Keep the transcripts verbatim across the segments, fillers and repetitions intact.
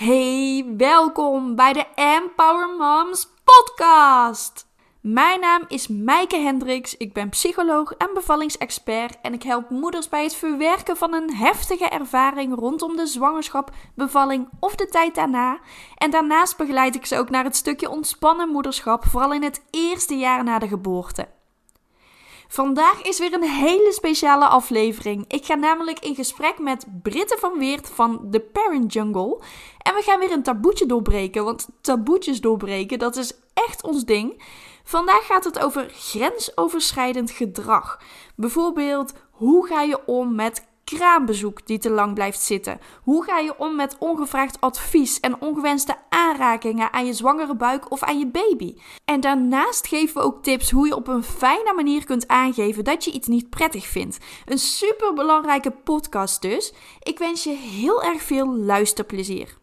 Hey, welkom bij de Empower Moms podcast. Mijn naam is Maaike Hendricks, ik ben psycholoog en bevallingsexpert en ik help moeders bij het verwerken van een heftige ervaring rondom de zwangerschap, bevalling of de tijd daarna. En daarnaast begeleid ik ze ook naar het stukje ontspannen moederschap, vooral in het eerste jaar na de geboorte. Vandaag is weer een hele speciale aflevering. Ik ga namelijk in gesprek met Britte van Weert van The Parent Jungle. En we gaan weer een taboetje doorbreken, want taboetjes doorbreken, dat is echt ons ding. Vandaag gaat het over grensoverschrijdend gedrag. Bijvoorbeeld, hoe ga je om met kraambezoek die te lang blijft zitten? Hoe ga je om met ongevraagd advies en ongewenste aanrakingen aan je zwangere buik of aan je baby? En daarnaast geven we ook tips hoe je op een fijne manier kunt aangeven dat je iets niet prettig vindt. Een superbelangrijke podcast dus. Ik wens je heel erg veel luisterplezier.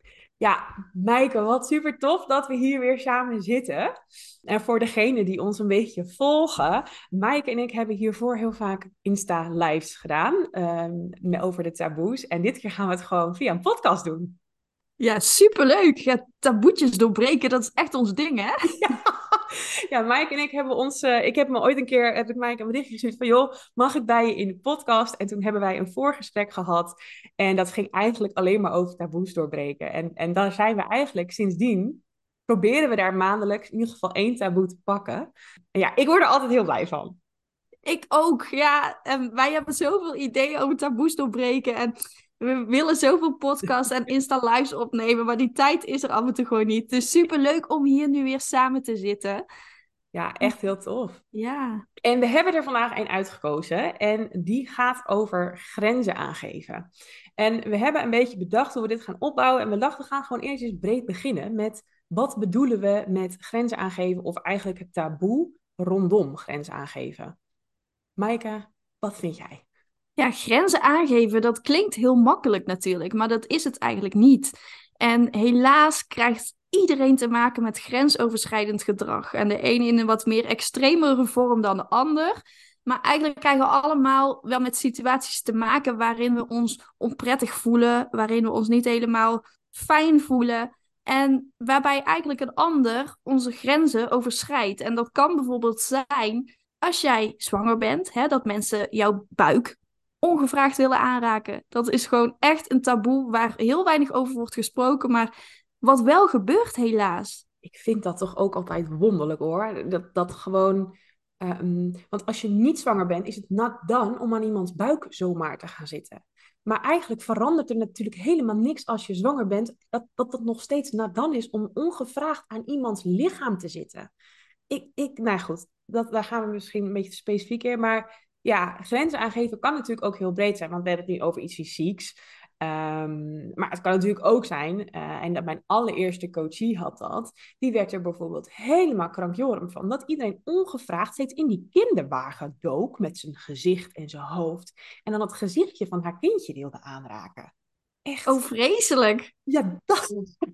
Ja, Maaike, wat super tof dat we hier weer samen zitten. En voor degenen die ons een beetje volgen, Maaike en ik hebben hiervoor heel vaak Insta-lives gedaan um, over de taboes. En dit keer gaan we het gewoon via een podcast doen. Ja, superleuk. Ja, taboetjes doorbreken, dat is echt ons ding, hè? Ja, ja, Maaike en ik hebben ons... eh, ik heb me ooit een keer, heb ik Maaike een berichtje gestuurd van... joh, mag ik bij je in de podcast? En toen hebben wij een voorgesprek gehad. En dat ging eigenlijk alleen maar over taboes doorbreken. En, en daar zijn we eigenlijk sindsdien... proberen we daar maandelijks in ieder geval één taboe te pakken. En ja, ik word er altijd heel blij van. Ik ook, ja. En wij hebben zoveel ideeën over taboes doorbreken. En we willen zoveel podcasts en Insta-lives opnemen. Maar die tijd is er af en toe gewoon niet. Dus super leuk om hier nu weer samen te zitten. Ja, echt heel tof. Ja. En we hebben er vandaag een uitgekozen en die gaat over grenzen aangeven. En we hebben een beetje bedacht hoe we dit gaan opbouwen. En we dachten, we gaan gewoon eerst eens breed beginnen met wat bedoelen we met grenzen aangeven of eigenlijk het taboe rondom grenzen aangeven. Maaike, wat vind jij? Ja, grenzen aangeven, dat klinkt heel makkelijk natuurlijk. Maar dat is het eigenlijk niet. En helaas krijgt iedereen te maken met grensoverschrijdend gedrag. En de ene in een wat meer extremere vorm dan de ander. Maar eigenlijk krijgen we allemaal wel met situaties te maken waarin we ons onprettig voelen, waarin we ons niet helemaal fijn voelen. En waarbij eigenlijk een ander onze grenzen overschrijdt. En dat kan bijvoorbeeld zijn als jij zwanger bent, hè, dat mensen jouw buik ongevraagd willen aanraken. Dat is gewoon echt een taboe waar heel weinig over wordt gesproken, maar wat wel gebeurt helaas. Ik vind dat toch ook altijd wonderlijk hoor. Dat, dat gewoon. ehm, want als je niet zwanger bent, is het not done om aan iemands buik zomaar te gaan zitten. Maar eigenlijk verandert er natuurlijk helemaal niks als je zwanger bent. Dat dat het nog steeds not done is om ongevraagd aan iemands lichaam te zitten. Ik, ik, nou goed, dat, daar gaan we misschien een beetje specifiek in. Maar ja, grenzen aangeven kan natuurlijk ook heel breed zijn. Want we hebben het nu over iets fysieks. Um, maar het kan natuurlijk ook zijn, uh, en dat mijn allereerste coachie had dat, die werd er bijvoorbeeld helemaal krankjorum van, dat iedereen ongevraagd steeds in die kinderwagen dook met zijn gezicht en zijn hoofd en dan het gezichtje van haar kindje wilde aanraken. Oh, Echt, vreselijk. ja, dat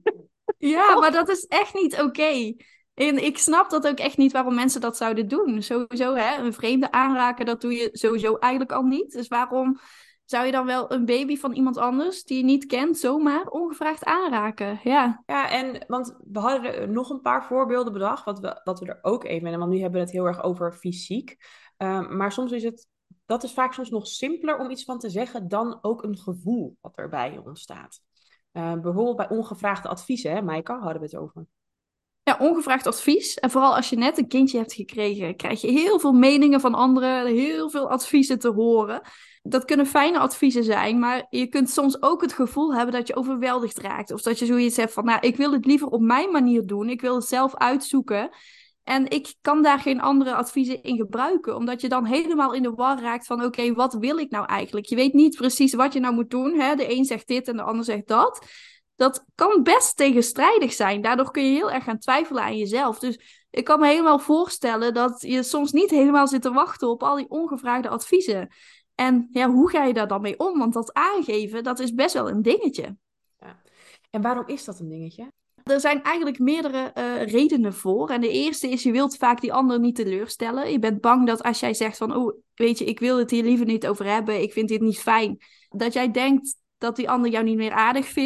Ja, maar dat is echt niet oké. En ik snap dat ook echt niet waarom mensen dat zouden doen. Sowieso, hè, een vreemde aanraken, dat doe je sowieso eigenlijk al niet. Dus waarom zou je dan wel een baby van iemand anders die je niet kent, zomaar ongevraagd aanraken? Ja. Ja, en want we hadden er nog een paar voorbeelden bedacht, wat we, dat we er ook even in, want nu hebben we het heel erg over fysiek. Um, maar soms is het, dat is vaak soms nog simpeler om iets van te zeggen dan ook een gevoel wat er bij je ontstaat. Uh, bijvoorbeeld bij ongevraagde adviezen, hè, Maaike, hadden we het over. Ja, ongevraagd advies. En vooral als je net een kindje hebt gekregen, krijg je heel veel meningen van anderen, heel veel adviezen te horen. Dat kunnen fijne adviezen zijn, maar je kunt soms ook het gevoel hebben dat je overweldigd raakt. Of dat je zoiets hebt van, nou, ik wil het liever op mijn manier doen. Ik wil het zelf uitzoeken. En ik kan daar geen andere adviezen in gebruiken, omdat je dan helemaal in de war raakt van, oké, wat wil ik nou eigenlijk? Je weet niet precies wat je nou moet doen. Hè? De een zegt dit en de ander zegt dat. Dat kan best tegenstrijdig zijn. Daardoor kun je heel erg gaan twijfelen aan jezelf. Dus ik kan me helemaal voorstellen dat je soms niet helemaal zit te wachten op al die ongevraagde adviezen. En ja, hoe ga je daar dan mee om? Want dat aangeven, dat is best wel een dingetje. Ja. En waarom is dat een dingetje? Er zijn eigenlijk meerdere uh, redenen voor. En de eerste is, je wilt vaak die ander niet teleurstellen. Je bent bang dat als jij zegt van, oh, weet je, ik wil het hier liever niet over hebben. Ik vind dit niet fijn. Dat jij denkt dat die ander jou niet meer aardig vindt.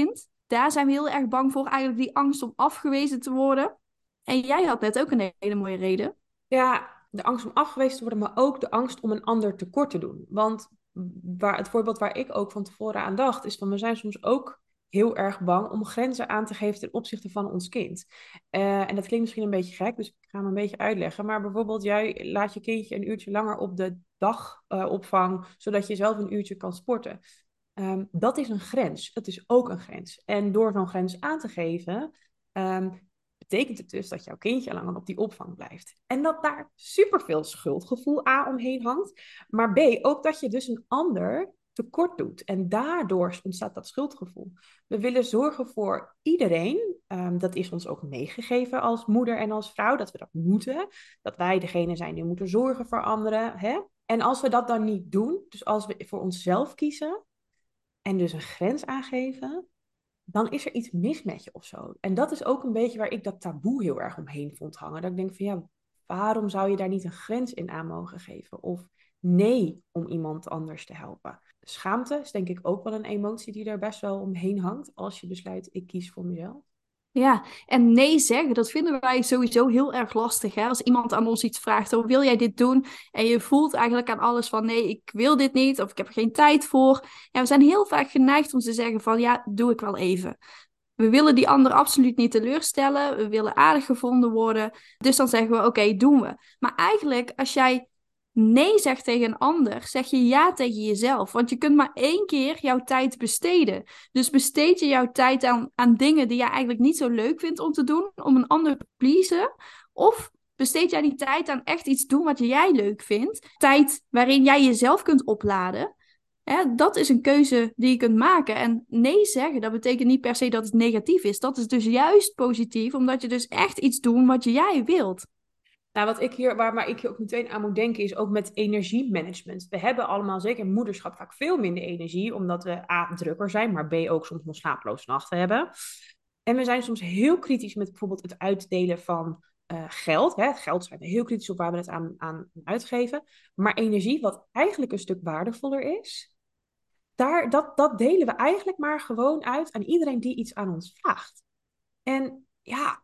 daar zijn we heel erg bang voor. Eigenlijk die angst om afgewezen te worden. En jij had net ook een hele mooie reden. Ja, de angst om afgewezen te worden, maar ook de angst om een ander tekort te doen. Want waar, het voorbeeld waar ik ook van tevoren aan dacht, is van we zijn soms ook heel erg bang om grenzen aan te geven ten opzichte van ons kind. Eh, en dat klinkt misschien een beetje gek, dus ik ga hem een beetje uitleggen. Maar bijvoorbeeld, jij laat je kindje een uurtje langer op de dagopvang, zodat je zelf een uurtje kan sporten. Um, dat is een grens. Het is ook een grens. En door zo'n grens aan te geven, um, betekent het dus dat jouw kindje langer op die opvang blijft. En dat daar superveel schuldgevoel A omheen hangt. Maar B, ook dat je dus een ander tekort doet. En daardoor ontstaat dat schuldgevoel. We willen zorgen voor iedereen. Um, dat is ons ook meegegeven als moeder en als vrouw. Dat we dat moeten. Dat wij degene zijn die moeten zorgen voor anderen. Hè? En als we dat dan niet doen, dus als we voor onszelf kiezen en dus een grens aangeven, dan is er iets mis met je of zo. En dat is ook een beetje waar ik dat taboe heel erg omheen vond hangen. Dat ik denk van ja, waarom zou je daar niet een grens in aan mogen geven? Of nee om iemand anders te helpen. Schaamte is denk ik ook wel een emotie die er best wel omheen hangt. Als je besluit, ik kies voor mezelf. Ja, en nee zeggen, dat vinden wij sowieso heel erg lastig. Hè? Als iemand aan ons iets vraagt, oh, wil jij dit doen? En je voelt eigenlijk aan alles van, nee, ik wil dit niet, of ik heb er geen tijd voor. En we zijn heel vaak geneigd om te zeggen van, ja, doe ik wel even. We willen die ander absoluut niet teleurstellen. We willen aardig gevonden worden. Dus dan zeggen we, oké, okay, doen we. Maar eigenlijk, als jij nee zegt tegen een ander, zeg je ja tegen jezelf. Want je kunt maar één keer jouw tijd besteden. Dus besteed je jouw tijd aan, aan dingen die jij eigenlijk niet zo leuk vindt om te doen, om een ander te pleasen. Of besteed jij die tijd aan echt iets doen wat jij leuk vindt. Tijd waarin jij jezelf kunt opladen. Hè, dat is een keuze die je kunt maken. En nee zeggen, dat betekent niet per se dat het negatief is. Dat is dus juist positief, omdat je dus echt iets doet wat jij wilt. Nou, wat ik hier, waar maar ik hier ook meteen aan moet denken, is ook met energiemanagement. We hebben allemaal, zeker in moederschap, vaak veel minder energie, omdat we A, drukker zijn, maar B, ook soms nog slaaploze nachten hebben. En we zijn soms heel kritisch met bijvoorbeeld het uitdelen van uh, geld. Hè. Geld zijn we heel kritisch op waar we het aan, aan uitgeven. Maar energie, wat eigenlijk een stuk waardevoller is, daar, dat, dat delen we eigenlijk maar gewoon uit aan iedereen die iets aan ons vraagt. En ja,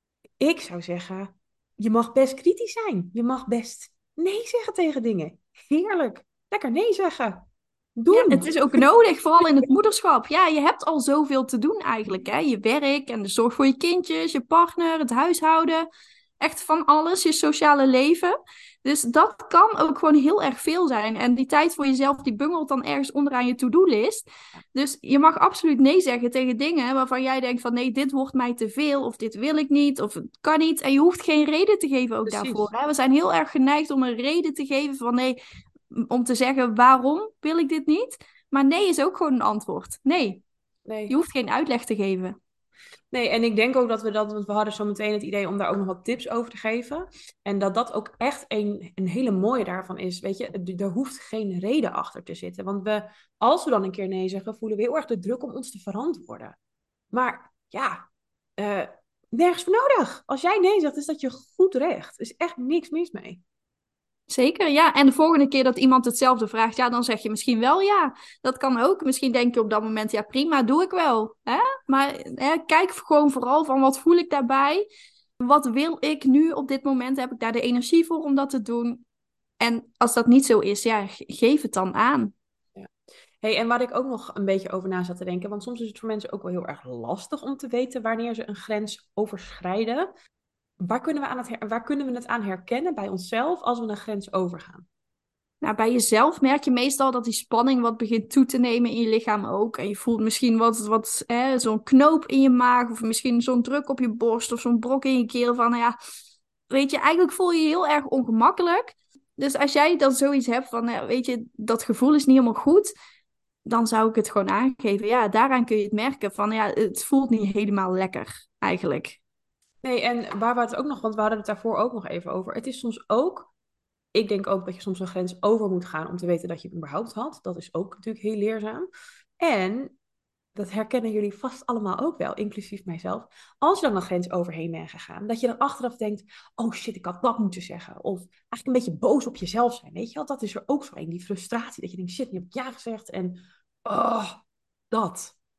ik zou zeggen, je mag best kritisch zijn. Je mag best nee zeggen tegen dingen. Heerlijk. Lekker nee zeggen. Ja, Doen. het is ook nodig, vooral in het moederschap. Ja, je hebt al zoveel te doen eigenlijk. Hè? Je werk en de zorg voor je kindjes, je partner, het huishouden. Echt van alles, je sociale leven. Dus dat kan ook gewoon heel erg veel zijn. En die tijd voor jezelf, die bungelt dan ergens onderaan je to-do-list. Dus je mag absoluut nee zeggen tegen dingen waarvan jij denkt van nee, dit wordt mij te veel. Of dit wil ik niet, of het kan niet. En je hoeft geen reden te geven ook Precies. daarvoor. Hè? We zijn heel erg geneigd om een reden te geven van nee, om te zeggen waarom wil ik dit niet. Maar nee is ook gewoon een antwoord. Nee, Nee. je hoeft geen uitleg te geven. Nee, en ik denk ook dat we dat, want we hadden zo meteen het idee om daar ook nog wat tips over te geven. En dat dat ook echt een, een hele mooie daarvan is. Weet je, er hoeft geen reden achter te zitten. Want we, als we dan een keer nee zeggen, voelen we heel erg de druk om ons te verantwoorden. Maar ja, uh, nergens voor nodig. Als jij nee zegt, is dat je goed recht. Er is echt niks mis mee. Zeker, ja. En de volgende keer dat iemand hetzelfde vraagt, ja, dan zeg je misschien wel ja. Dat kan ook. Misschien denk je op dat moment, ja, prima, doe ik wel. Hè? Maar hè, kijk gewoon vooral van wat voel ik daarbij? Wat wil ik nu op dit moment? Heb ik daar de energie voor om dat te doen? En als dat niet zo is, ja, geef het dan aan. Ja. Hey, en waar ik ook nog een beetje over na zat te denken, want soms is het voor mensen ook wel heel erg lastig om te weten wanneer ze een grens overschrijden. Waar kunnen we, aan het her- waar kunnen we het aan herkennen bij onszelf als we een grens overgaan? Nou, bij jezelf merk je meestal dat die spanning wat begint toe te nemen in je lichaam ook. En je voelt misschien wat, wat hè, zo'n knoop in je maag of misschien zo'n druk op je borst of zo'n brok in je keel van, nou ja, weet je, eigenlijk voel je je heel erg ongemakkelijk. Dus als jij dan zoiets hebt van, nou, weet je, dat gevoel is niet helemaal goed, dan zou ik het gewoon aangeven. Ja, daaraan kun je het merken van, ja, het voelt niet helemaal lekker eigenlijk. Nee, en waar we het ook nog, want we hadden het daarvoor ook nog even over. Het is soms ook, ik denk ook dat je soms een grens over moet gaan om te weten dat je het überhaupt had. Dat is ook natuurlijk heel leerzaam. En dat herkennen jullie vast allemaal ook wel, inclusief mijzelf. Als je dan een grens overheen bent gegaan, dat je dan achteraf denkt, oh shit, ik had dat moeten zeggen. Of eigenlijk een beetje boos op jezelf zijn, weet je wel. Dat is er ook zo een, die frustratie, dat je denkt, shit, nu heb ik ja gezegd en oh, dat.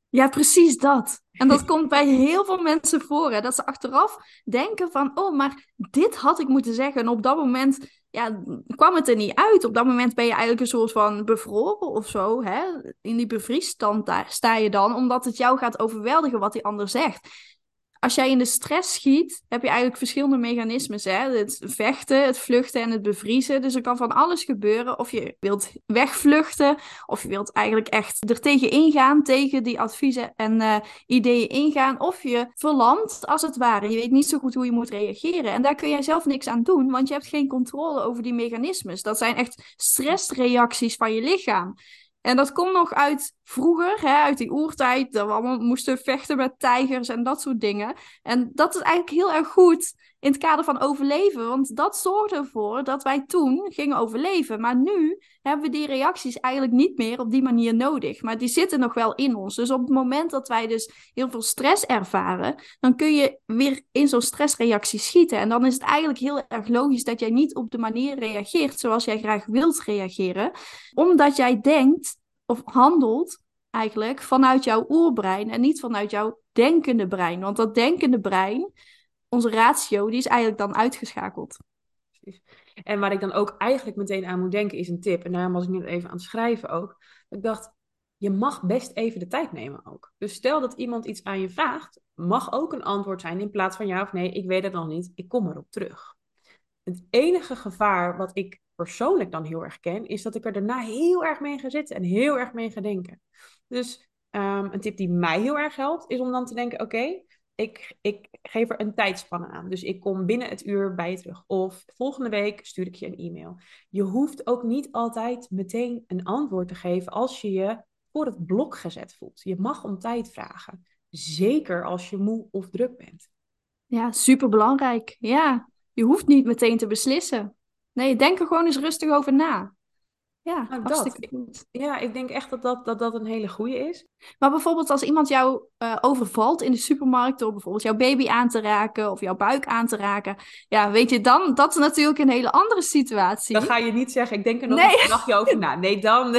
Ja, precies dat. En dat komt bij heel veel mensen voor, hè, dat ze achteraf denken van, oh, maar dit had ik moeten zeggen. En op dat moment, ja, kwam het er niet uit. Op dat moment ben je eigenlijk een soort van bevroren of zo, hè. In die bevriesstand daar sta je dan, omdat het jou gaat overweldigen wat die ander zegt. Als jij in de stress schiet, heb je eigenlijk verschillende mechanismes. Hè? Het vechten, het vluchten en het bevriezen. Dus er kan van alles gebeuren. Of je wilt wegvluchten, of je wilt eigenlijk echt er tegen ingaan, tegen die adviezen en uh, ideeën ingaan. Of je verlamt, als het ware. Je weet niet zo goed hoe je moet reageren. En daar kun jij zelf niks aan doen, want je hebt geen controle over die mechanismes. Dat zijn echt stressreacties van je lichaam. En dat komt nog uit vroeger, hè, uit die oertijd, dat we allemaal moesten vechten met tijgers en dat soort dingen. En dat is eigenlijk heel erg goed in het kader van overleven, want dat zorgde ervoor dat wij toen gingen overleven. Maar nu hebben we die reacties eigenlijk niet meer op die manier nodig, maar die zitten nog wel in ons. Dus op het moment dat wij dus heel veel stress ervaren, dan kun je weer in zo'n stressreactie schieten. En dan is het eigenlijk heel erg logisch dat jij niet op de manier reageert zoals jij graag wilt reageren, omdat jij denkt of handelt eigenlijk vanuit jouw oerbrein en niet vanuit jouw denkende brein. Want dat denkende brein, onze ratio, die is eigenlijk dan uitgeschakeld. Precies. En waar ik dan ook eigenlijk meteen aan moet denken is een tip. En daarom was ik net even aan het schrijven ook. Ik dacht, je mag best even de tijd nemen ook. Dus stel dat iemand iets aan je vraagt, mag ook een antwoord zijn in plaats van ja of nee, ik weet het nog niet, ik kom erop terug. Het enige gevaar wat ik persoonlijk dan heel erg ken, is dat ik er daarna heel erg mee ga zitten en heel erg mee ga denken. Dus um, een tip die mij heel erg helpt, is om dan te denken, oké, okay, ik, ik geef er een tijdspanne aan. Dus ik kom binnen het uur bij je terug. Of volgende week stuur ik je een e-mail. Je hoeft ook niet altijd meteen een antwoord te geven als je je voor het blok gezet voelt. Je mag om tijd vragen. Zeker als je moe of druk bent. Ja, superbelangrijk. Ja, je hoeft niet meteen te beslissen. Nee, denk er gewoon eens rustig over na. Ja, Nou, dat. hartstikke goed. Ja, ik denk echt dat dat, dat, dat een hele goede is. Maar bijvoorbeeld als iemand jou uh, overvalt in de supermarkt door bijvoorbeeld jouw baby aan te raken of jouw buik aan te raken. Ja, weet je dan, dat is natuurlijk een hele andere Dan situatie. ga je niet zeggen, ik denk er nog Nee, een nachtje over na. Nee, dan...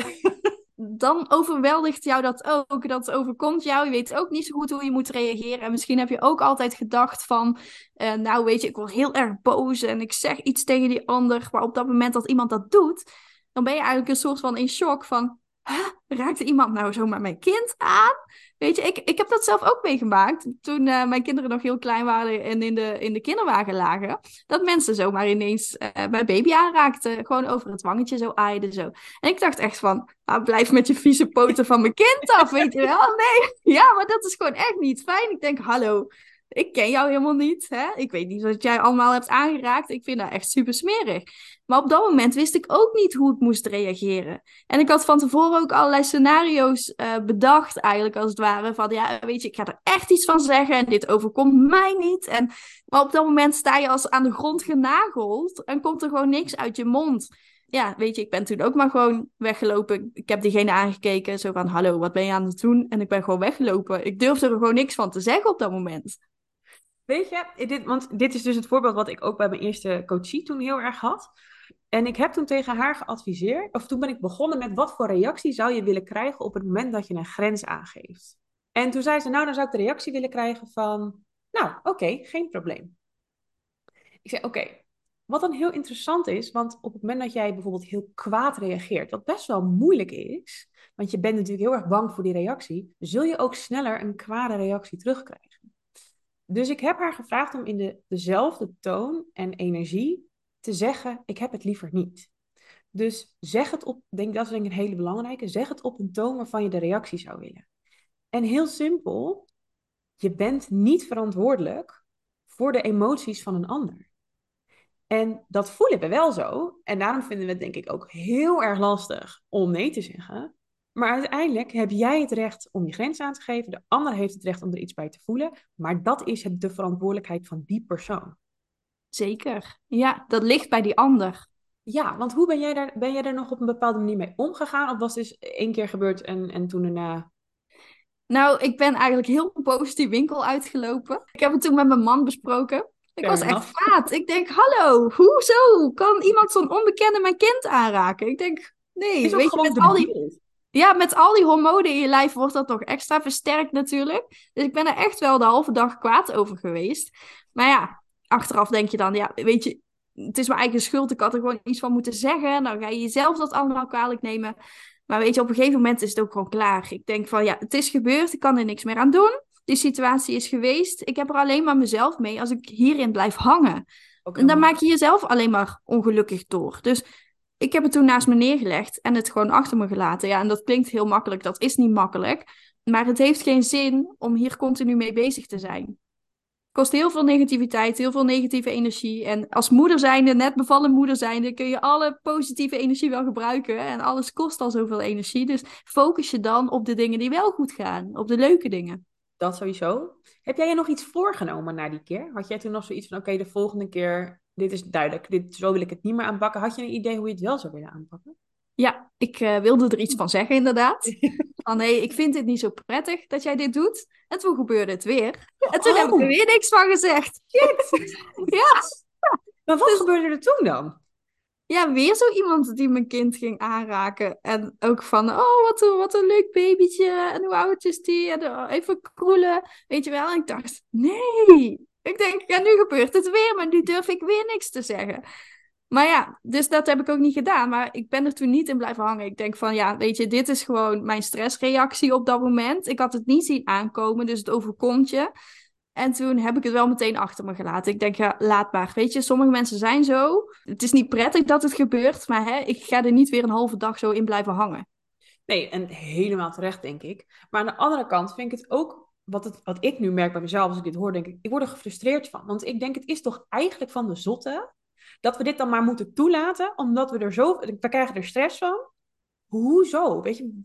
dan overweldigt jou dat ook. Dat overkomt jou. Je weet ook niet zo goed hoe je moet reageren. En misschien heb je ook altijd gedacht van, uh, nou weet je, ik word heel erg boos en ik zeg iets tegen die ander. Maar op dat moment dat iemand dat doet, dan ben je eigenlijk een soort van in shock van, huh, raakte iemand nou zomaar mijn kind aan? Weet je, ik, ik heb dat zelf ook meegemaakt toen uh, mijn kinderen nog heel klein waren en in de, in de kinderwagen lagen. Dat mensen zomaar ineens uh, mijn baby aanraakten. Gewoon over het wangetje zo aaiden zo. En ik dacht echt van, ah, blijf met je vieze poten van mijn kind af, weet je wel? Nee, ja, maar dat is gewoon echt niet fijn. Ik denk, hallo, ik ken jou helemaal niet. Hè? Ik weet niet wat jij allemaal hebt aangeraakt. Ik vind dat echt super smerig. Maar op dat moment wist ik ook niet hoe ik moest reageren. En ik had van tevoren ook allerlei scenario's uh, bedacht, eigenlijk als het ware. Van ja, weet je, ik ga er echt iets van zeggen en dit overkomt mij niet. En, maar op dat moment sta je als aan de grond genageld en komt er gewoon niks uit je mond. Ja, weet je, ik ben toen ook maar gewoon weggelopen. Ik heb diegene aangekeken, zo van, hallo, wat ben je aan het doen? En ik ben gewoon weggelopen. Ik durfde er gewoon niks van te zeggen op dat moment. Weet je, dit, want dit is dus het voorbeeld wat ik ook bij mijn eerste coachie toen heel erg had. En ik heb toen tegen haar geadviseerd, of toen ben ik begonnen met wat voor reactie zou je willen krijgen op het moment dat je een grens aangeeft. En toen zei ze, nou dan zou ik de reactie willen krijgen van, nou oké, okay, geen probleem. Ik zei, oké, okay. Wat dan heel interessant is, want op het moment dat jij bijvoorbeeld heel kwaad reageert, wat best wel moeilijk is, want je bent natuurlijk heel erg bang voor die reactie, zul je ook sneller een kwade reactie terugkrijgen. Dus ik heb haar gevraagd om in de, dezelfde toon en energie te zeggen, ik heb het liever niet. Dus zeg het op, denk, dat is denk ik een hele belangrijke, zeg het op een toon waarvan je de reactie zou willen. En heel simpel, je bent niet verantwoordelijk voor de emoties van een ander. En dat voelen we wel zo. En daarom vinden we het denk ik ook heel erg lastig om nee te zeggen. Maar uiteindelijk heb jij het recht om je grens aan te geven. De ander heeft het recht om er iets bij te voelen. Maar dat is het, de verantwoordelijkheid van die persoon. Zeker. Ja, dat ligt bij die ander. Ja, want hoe ben jij daar, ben jij daar nog op een bepaalde manier mee omgegaan? Of was het dus één keer gebeurd en, en toen daarna... Nou, ik ben eigenlijk heel boos die winkel uitgelopen. Ik heb het toen met mijn man besproken. Ik Fair was echt enough. kwaad. Ik denk, hallo, hoezo kan iemand zo'n onbekende mijn kind aanraken? Ik denk, Is nee, ook weet je, gewoon met al die... debiel. Ja, met al die hormonen in je lijf wordt dat nog extra versterkt natuurlijk. Dus ik ben er echt wel de halve dag kwaad over geweest. Maar ja, achteraf denk je dan, ja, weet je, het is mijn eigen schuld. Ik had er gewoon iets van moeten zeggen. Dan ga je jezelf dat allemaal kwalijk nemen. Maar weet je, op een gegeven moment is het ook gewoon klaar. Ik denk van, ja, het is gebeurd. Ik kan er niks meer aan doen. Die situatie is geweest. Ik heb er alleen maar mezelf mee als ik hierin blijf hangen. Ook En dan helemaal. maak je jezelf alleen maar ongelukkig door. Dus ik heb het toen naast me neergelegd en het gewoon achter me gelaten. Ja, en dat klinkt heel makkelijk. Dat is niet makkelijk. Maar het heeft geen zin om hier continu mee bezig te zijn. Het kost heel veel negativiteit, heel veel negatieve energie. En als moeder zijnde, net bevallen moeder zijnde, kun je alle positieve energie wel gebruiken. En alles kost al zoveel energie. Dus focus je dan op de dingen die wel goed gaan. Op de leuke dingen. Dat sowieso. Heb jij je nog iets voorgenomen na die keer? Had jij toen nog zoiets van, oké, de volgende keer, dit is duidelijk, dit, zo wil ik het niet meer aanpakken. Had je een idee hoe je het wel zou willen aanpakken? Ja, ik eh, wilde er iets van zeggen, inderdaad. Van nee, ik vind het niet zo prettig dat jij dit doet. En toen gebeurde het weer. En toen heb ik er Oh, weer niks van gezegd. shit! Ja, Maar wat dus gebeurde er toen dan? ja, weer zo iemand die mijn kind ging aanraken. En ook van, oh, wat een, wat een leuk babytje. En hoe oud is die? En oh, even kroelen. Weet je wel? En ik dacht, nee. Ik denk, ja, nu gebeurt het weer, maar nu durf ik weer niks te zeggen. Maar ja, dus dat heb ik ook niet gedaan. Maar ik ben er toen niet in blijven hangen. Ik denk van, ja, weet je, dit is gewoon mijn stressreactie op dat moment. Ik had het niet zien aankomen, dus het overkomt je. En toen heb ik het wel meteen achter me gelaten. Ik denk, ja, laat maar. Weet je, sommige mensen zijn zo. Het is niet prettig dat het gebeurt, maar hè, ik ga er niet weer een halve dag zo in blijven hangen. Nee, en helemaal terecht, denk ik. Maar aan de andere kant vind ik het ook, wat, het, wat ik nu merk bij mezelf als ik dit hoor, denk ik, ik word er gefrustreerd van. Want ik denk, het is toch eigenlijk van de zotte dat we dit dan maar moeten toelaten, omdat we er zo, we krijgen er stress van. Hoezo? Weet je,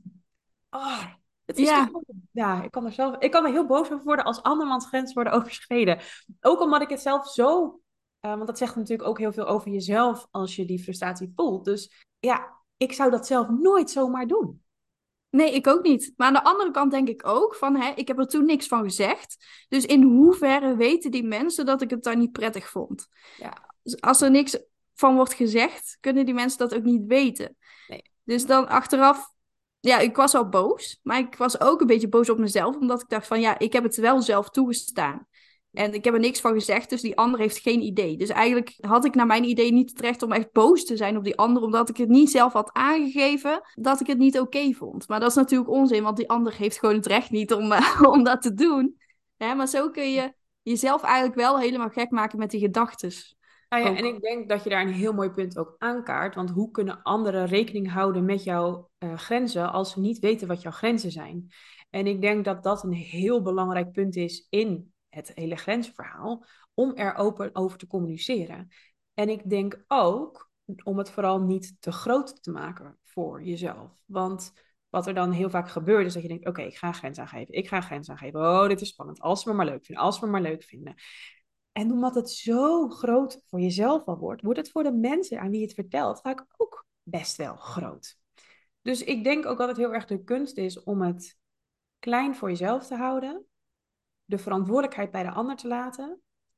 ah, het is toch, Ja, ja, ik kan er zelf, ik kan er heel boos over worden als andermans grenzen worden overschreden. Ook omdat ik het zelf zo, uh, want dat zegt natuurlijk ook heel veel over jezelf als je die frustratie voelt. Dus ja, ik zou dat zelf nooit zomaar doen. nee, ik ook niet. Maar aan de andere kant denk ik ook van, hè, ik heb er toen niks van gezegd. Dus in hoeverre weten die mensen dat ik het dan niet prettig vond? Ja, Dus als er niks van wordt gezegd, kunnen die mensen dat ook niet weten. nee. Dus dan achteraf, ja, ik was wel boos, maar ik was ook een beetje boos op mezelf, omdat ik dacht van, ja, ik heb het wel zelf toegestaan. En ik heb er niks van gezegd, dus die ander heeft geen idee. Dus eigenlijk had ik naar mijn idee niet het recht om echt boos te zijn op die ander, omdat ik het niet zelf had aangegeven dat ik het niet oké vond. Maar dat is natuurlijk onzin, want die ander heeft gewoon het recht niet om, uh, om dat te doen. Hè, maar zo kun je jezelf eigenlijk wel helemaal gek maken met die gedachtes. Nou ja, en Ook. ik denk dat je daar een heel mooi punt ook aankaart. Want hoe kunnen anderen rekening houden met jouw uh, grenzen als ze niet weten wat jouw grenzen zijn? En ik denk dat dat een heel belangrijk punt is in het hele grenzenverhaal, om er open over te communiceren. En ik denk ook om het vooral niet te groot te maken voor jezelf. Want wat er dan heel vaak gebeurt, is dat je denkt, oké, okay, ik ga een grens aangeven. Ik ga een grens aangeven. Oh, dit is spannend. Als ze me maar leuk vinden. Als ze me maar leuk vinden. En omdat het zo groot voor jezelf al wordt, wordt het voor de mensen aan wie je het vertelt vaak ook best wel groot. Dus ik denk ook dat het heel erg de kunst is om het klein voor jezelf te houden, de verantwoordelijkheid bij de ander te laten.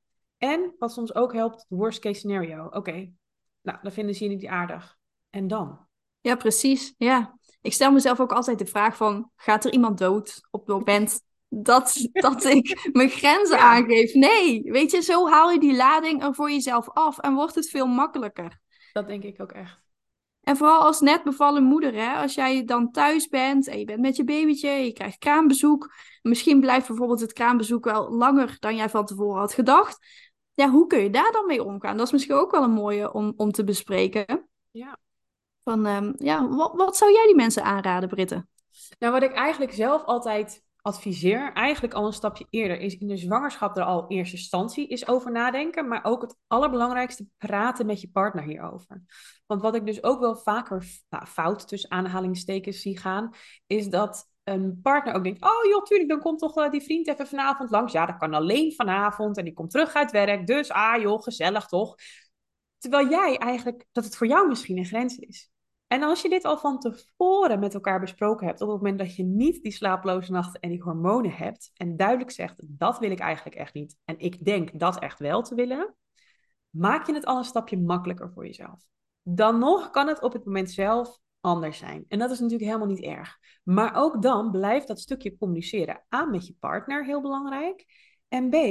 En wat soms ook helpt, de worst case scenario. Oké, okay, nou, dan vinden ze je niet aardig. En dan? Ja, precies. Ja. Ik stel mezelf ook altijd de vraag van, gaat er iemand dood op het moment dat, dat ik mijn grenzen Ja, aangeef? Nee, weet je, zo haal je die lading er voor jezelf af en wordt het veel makkelijker. dat denk ik ook echt. En vooral als net bevallen moeder, hè, als jij dan thuis bent en je bent met je babytje, je krijgt kraambezoek. Misschien blijft bijvoorbeeld het kraambezoek wel langer dan jij van tevoren had gedacht. Ja, hoe kun je daar dan mee omgaan? Dat is misschien ook wel een mooie om, om te bespreken. Ja. Van, ehm, ja, wat, wat zou jij die mensen aanraden, Britte? Nou, wat ik eigenlijk zelf altijd adviseer, eigenlijk al een stapje eerder, is in de zwangerschap er al in eerste instantie is over nadenken, maar ook het allerbelangrijkste, praten met je partner hierover. Want wat ik dus ook wel vaker nou, fout tussen aanhalingstekens zie gaan, is dat een partner ook denkt, oh joh, tuurlijk, dan komt toch uh, die vriend even vanavond langs. Ja, dat kan alleen vanavond en die komt terug uit werk, dus ah joh, gezellig toch? Terwijl jij eigenlijk, dat het voor jou misschien een grens is. En als je dit al van tevoren met elkaar besproken hebt, op het moment dat je niet die slaaploze nachten en die hormonen hebt, en duidelijk zegt, dat wil ik eigenlijk echt niet, en ik denk dat echt wel te willen, maak je het al een stapje makkelijker voor jezelf. Dan nog kan het op het moment zelf anders zijn. En dat is natuurlijk helemaal niet erg. Maar ook dan blijft dat stukje communiceren aan met je partner heel belangrijk. En B,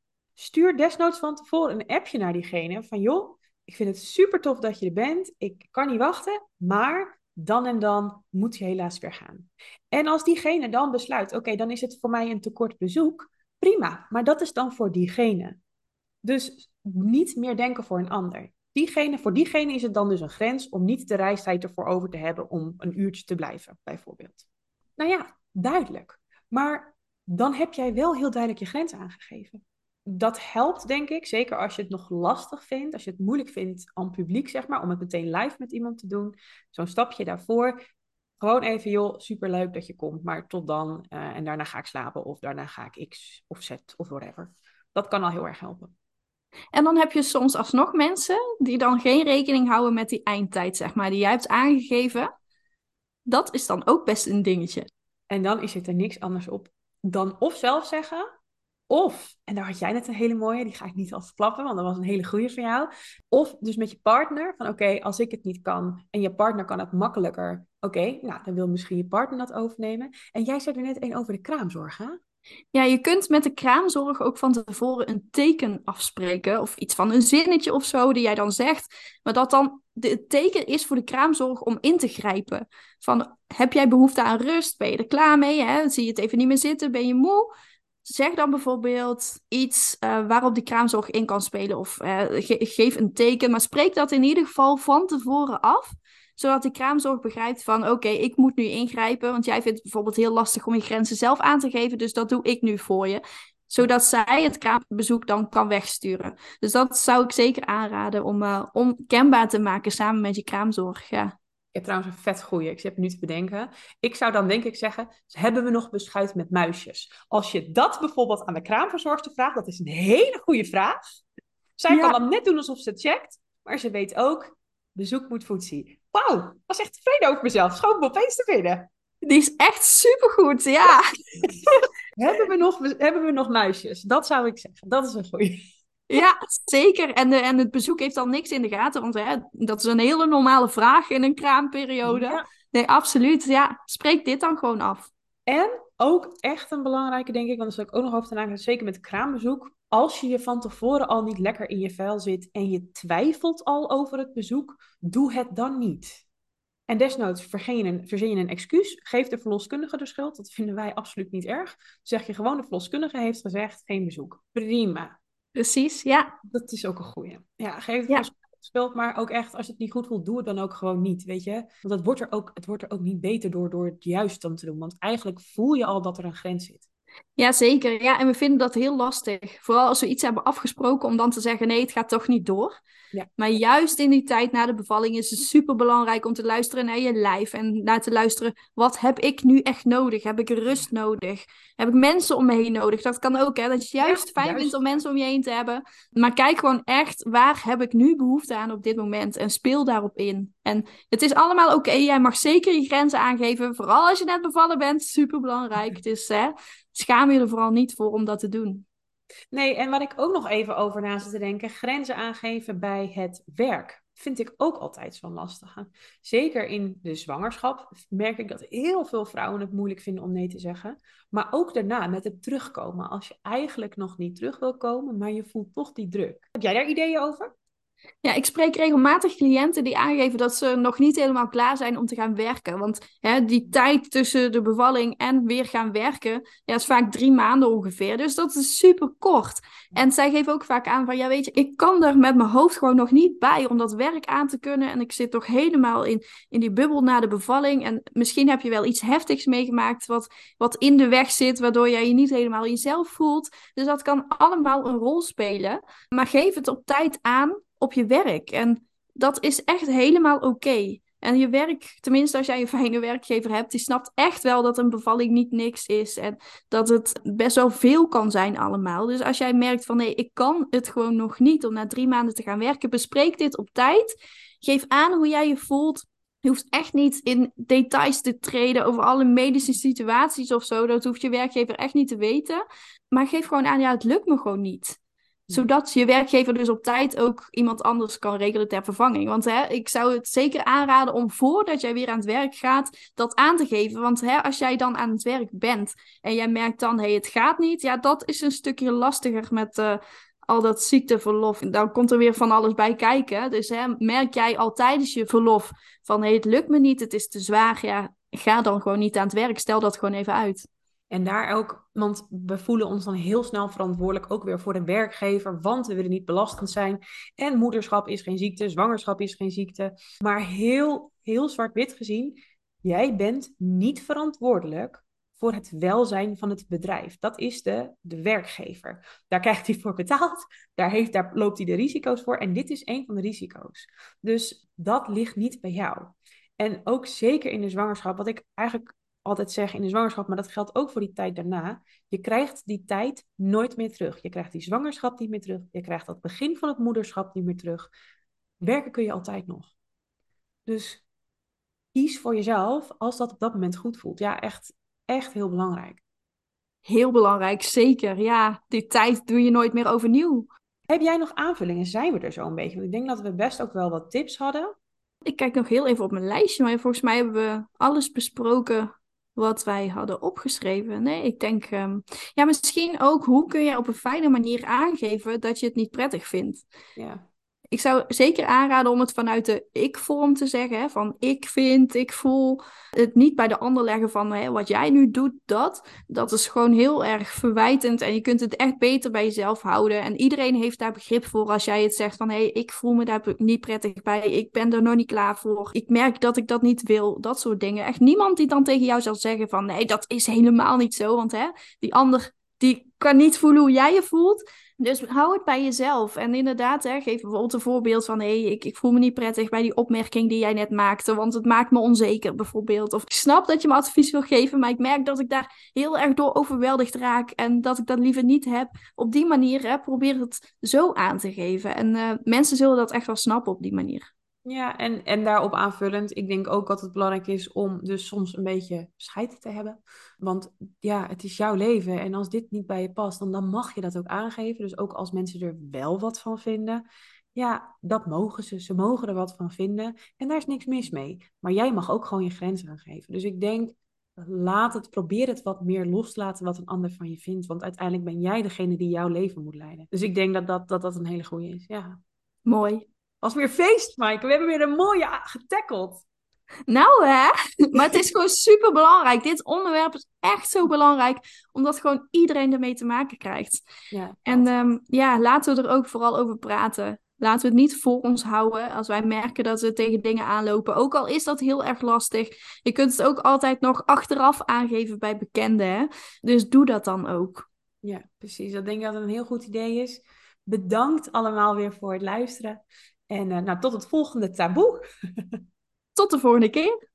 stuur desnoods van tevoren een appje naar diegene van joh, ik vind het super tof dat je er bent. Ik kan niet wachten, maar dan en dan moet je helaas weer gaan. En als diegene dan besluit, oké, okay, dan is het voor mij een te kort bezoek, prima. Maar dat is dan voor diegene. Dus niet meer denken voor een ander. Diegene, voor diegene is het dan dus een grens om niet de reistijd ervoor over te hebben om een uurtje te blijven, bijvoorbeeld. Nou ja, duidelijk. Maar dan heb jij wel heel duidelijk je grens aangegeven. Dat helpt, denk ik, zeker als je het nog lastig vindt, als je het moeilijk vindt aan publiek, zeg maar, om het meteen live met iemand te doen. Zo'n stapje daarvoor. Gewoon even, joh, superleuk dat je komt, maar tot dan. Uh, en daarna ga ik slapen of daarna ga ik X of Z of whatever. Dat kan al heel erg helpen. En dan heb je soms alsnog mensen die dan geen rekening houden met die eindtijd, zeg maar, die jij hebt aangegeven. Dat is dan ook best een dingetje. En dan is het er niks anders op dan of zelf zeggen, of, en daar had jij net een hele mooie, die ga ik niet al verklappen, want dat was een hele goeie van jou. Of dus met je partner, van oké, okay, als ik het niet kan en je partner kan het makkelijker, oké, okay, nou, dan wil misschien je partner dat overnemen. En jij zei er net een over de kraamzorg, hè? Ja, je kunt met de kraamzorg ook van tevoren een teken afspreken. Of iets van een zinnetje of zo die jij dan zegt. Maar dat dan de, het teken is voor de kraamzorg om in te grijpen. Van, heb jij behoefte aan rust? Ben je er klaar mee? Hè? Zie je het even niet meer zitten? Ben je moe? Zeg dan bijvoorbeeld iets uh, waarop die kraamzorg in kan spelen. Of uh, ge- geef een teken. Maar spreek dat in ieder geval van tevoren af. Zodat die kraamzorg begrijpt van, oké, okay, ik moet nu ingrijpen. Want jij vindt het bijvoorbeeld heel lastig om je grenzen zelf aan te geven. Dus dat doe ik nu voor je. Zodat zij het kraambezoek dan kan wegsturen. Dus dat zou ik zeker aanraden om, uh, om kenbaar te maken samen met je kraamzorg. Ja. Ik heb trouwens een vet goeie, ik zit nu te bedenken. Ik zou dan denk ik zeggen, hebben we nog beschuit met muisjes? Als je dat bijvoorbeeld aan de kraamverzorgster vraagt, dat is een hele goede vraag. Zij ja. kan dan net doen alsof ze het checkt, maar ze weet ook, bezoek moet voetzie. Wauw, ik was echt tevreden over mezelf. Schoon me opeens te vinden. Die is echt supergoed, ja. hebben, we nog, hebben we nog muisjes? Dat zou ik zeggen. Dat is een goeie. Ja, zeker. En, de, en het bezoek heeft dan niks in de gaten, want hè, dat is een hele normale vraag in een kraamperiode. Ja. Nee, absoluut. Ja, spreek dit dan gewoon af. En ook echt een belangrijke, denk ik, want daar zal ik ook nog over te nadenken, zeker met kraambezoek. Als je je van tevoren al niet lekker in je vel zit en je twijfelt al over het bezoek, doe het dan niet. En desnoods verzin je een, verzin je een excuus, geef de verloskundige de schuld. Dat vinden wij absoluut niet erg. Zeg je gewoon, de verloskundige heeft gezegd, geen bezoek. Prima. Precies, ja. Dat is ook een goeie. Ja, geef de ja. verloskundige de schuld, maar ook echt, als je het niet goed voelt, doe het dan ook gewoon niet, weet je. Want het wordt er ook, het wordt er ook niet beter door, door het juist dan te doen. Want eigenlijk voel je al dat er een grens zit. Ja, zeker. Ja, en we vinden dat heel lastig. Vooral als we iets hebben afgesproken om dan te zeggen, nee, het gaat toch niet door. Ja. Maar juist in die tijd na de bevalling is het super belangrijk om te luisteren naar je lijf. En naar te luisteren, wat heb ik nu echt nodig? Heb ik rust nodig? Heb ik mensen om me heen nodig? Dat kan ook, hè. Dat je juist ja, fijn juist. vindt om mensen om je heen te hebben. Maar kijk gewoon echt, waar heb ik nu behoefte aan op dit moment? En speel daarop in. En het is allemaal oké. Okay. Jij mag zeker je grenzen aangeven. Vooral als je net bevallen bent. Super belangrijk. Dus hè, schaam je er vooral niet voor om dat te doen. Nee, en wat ik ook nog even over na zit te denken, grenzen aangeven bij het werk, vind ik ook altijd zo lastig. Zeker in de zwangerschap merk ik dat heel veel vrouwen het moeilijk vinden om nee te zeggen. Maar ook daarna met het terugkomen, als je eigenlijk nog niet terug wil komen, maar je voelt toch die druk. Heb jij daar ideeën over? Ja, ik spreek regelmatig cliënten die aangeven dat ze nog niet helemaal klaar zijn om te gaan werken. Want hè, die tijd tussen de bevalling en weer gaan werken, ja, is vaak drie maanden ongeveer. Dus dat is super kort. En zij geven ook vaak aan van, ja weet je, ik kan er met mijn hoofd gewoon nog niet bij om dat werk aan te kunnen. En ik zit nog helemaal in, in die bubbel na de bevalling. En misschien heb je wel iets heftigs meegemaakt wat, wat in de weg zit, waardoor jij je niet helemaal jezelf voelt. Dus dat kan allemaal een rol spelen. Maar geef het op tijd aan op je werk. En dat is echt helemaal oké. Okay. En je werk, tenminste als jij een fijne werkgever hebt, die snapt echt wel dat een bevalling niet niks is. En dat het best wel veel kan zijn allemaal. Dus als jij merkt van nee, ik kan het gewoon nog niet om na drie maanden te gaan werken, bespreek dit op tijd. Geef aan hoe jij je voelt. Je hoeft echt niet in details te treden over alle medische situaties of zo. Dat hoeft je werkgever echt niet te weten. Maar geef gewoon aan, ja, het lukt me gewoon niet. Zodat je werkgever dus op tijd ook iemand anders kan regelen ter vervanging. Want hè, ik zou het zeker aanraden om voordat jij weer aan het werk gaat, dat aan te geven. Want hè, als jij dan aan het werk bent en jij merkt dan, hé, hey, het gaat niet. Ja, dat is een stukje lastiger met uh, al dat ziekteverlof. Dan komt er weer van alles bij kijken. Dus hè, merk jij al tijdens je verlof van, hé, hey, het lukt me niet, het is te zwaar. Ja, ga dan gewoon niet aan het werk. Stel dat gewoon even uit. En daar ook, want we voelen ons dan heel snel verantwoordelijk ook weer voor de werkgever, want we willen niet belastend zijn. En moederschap is geen ziekte, zwangerschap is geen ziekte. Maar heel, heel zwart-wit gezien, jij bent niet verantwoordelijk voor het welzijn van het bedrijf. Dat is de, de werkgever. Daar krijgt hij voor betaald, daar, heeft, daar loopt hij de risico's voor en dit is een van de risico's. Dus dat ligt niet bij jou. En ook zeker in de zwangerschap, wat ik eigenlijk altijd zeg in de zwangerschap, maar dat geldt ook voor die tijd daarna. Je krijgt die tijd nooit meer terug. Je krijgt die zwangerschap niet meer terug. Je krijgt dat begin van het moederschap niet meer terug. Werken kun je altijd nog. Dus kies voor jezelf als dat op dat moment goed voelt. Ja, echt, echt heel belangrijk. Heel belangrijk, zeker. Ja, die tijd doe je nooit meer overnieuw. Heb jij nog aanvullingen? Zijn we er zo een beetje? Want ik denk dat we best ook wel wat tips hadden. Ik kijk nog heel even op mijn lijstje, maar volgens mij hebben we alles besproken wat wij hadden opgeschreven. Nee, ik denk, um, ja, misschien ook, hoe kun je op een fijne manier aangeven dat je het niet prettig vindt? Ja. Ik zou zeker aanraden om het vanuit de ik-vorm te zeggen. Hè, van ik vind, ik voel. Het niet bij de ander leggen van hè, wat jij nu doet, dat. Dat is gewoon heel erg verwijtend. En je kunt het echt beter bij jezelf houden. En iedereen heeft daar begrip voor als jij het zegt van hé, hey, ik voel me daar niet prettig bij. Ik ben er nog niet klaar voor. Ik merk dat ik dat niet wil. Dat soort dingen. Echt niemand die dan tegen jou zal zeggen van nee, dat is helemaal niet zo. Want hè, die ander die kan niet voelen hoe jij je voelt. Dus hou het bij jezelf. En inderdaad, hè, geef bijvoorbeeld een voorbeeld van hé, hey, ik, ik voel me niet prettig bij die opmerking die jij net maakte, want het maakt me onzeker bijvoorbeeld. Of ik snap dat je me advies wil geven, maar ik merk dat ik daar heel erg door overweldigd raak en dat ik dat liever niet heb. Op die manier, hè, probeer het zo aan te geven. En uh, mensen zullen dat echt wel snappen op die manier. Ja, en, en daarop aanvullend, ik denk ook dat het belangrijk is om dus soms een beetje scheid te hebben. Want ja, het is jouw leven en als dit niet bij je past, dan, dan mag je dat ook aangeven. Dus ook als mensen er wel wat van vinden, ja, dat mogen ze. Ze mogen er wat van vinden en daar is niks mis mee. Maar jij mag ook gewoon je grens aangeven. Dus ik denk, laat het, probeer het wat meer los te laten wat een ander van je vindt. Want uiteindelijk ben jij degene die jouw leven moet leiden. Dus ik denk dat dat, dat, dat een hele goede is, ja. Mooi. Was weer feest, Maaike. We hebben weer een mooie getackeld. Nou hè, maar het is gewoon super belangrijk. Dit onderwerp is echt zo belangrijk, omdat gewoon iedereen ermee te maken krijgt. Ja, en um, ja, laten we er ook vooral over praten. Laten we het niet voor ons houden als wij merken dat we tegen dingen aanlopen. Ook al is dat heel erg lastig. Je kunt het ook altijd nog achteraf aangeven bij bekenden. Hè? Dus doe dat dan ook. Ja, precies. Dat denk ik dat het een heel goed idee is. Bedankt allemaal weer voor het luisteren. En uh, nou, tot het volgende taboe. Tot de volgende keer.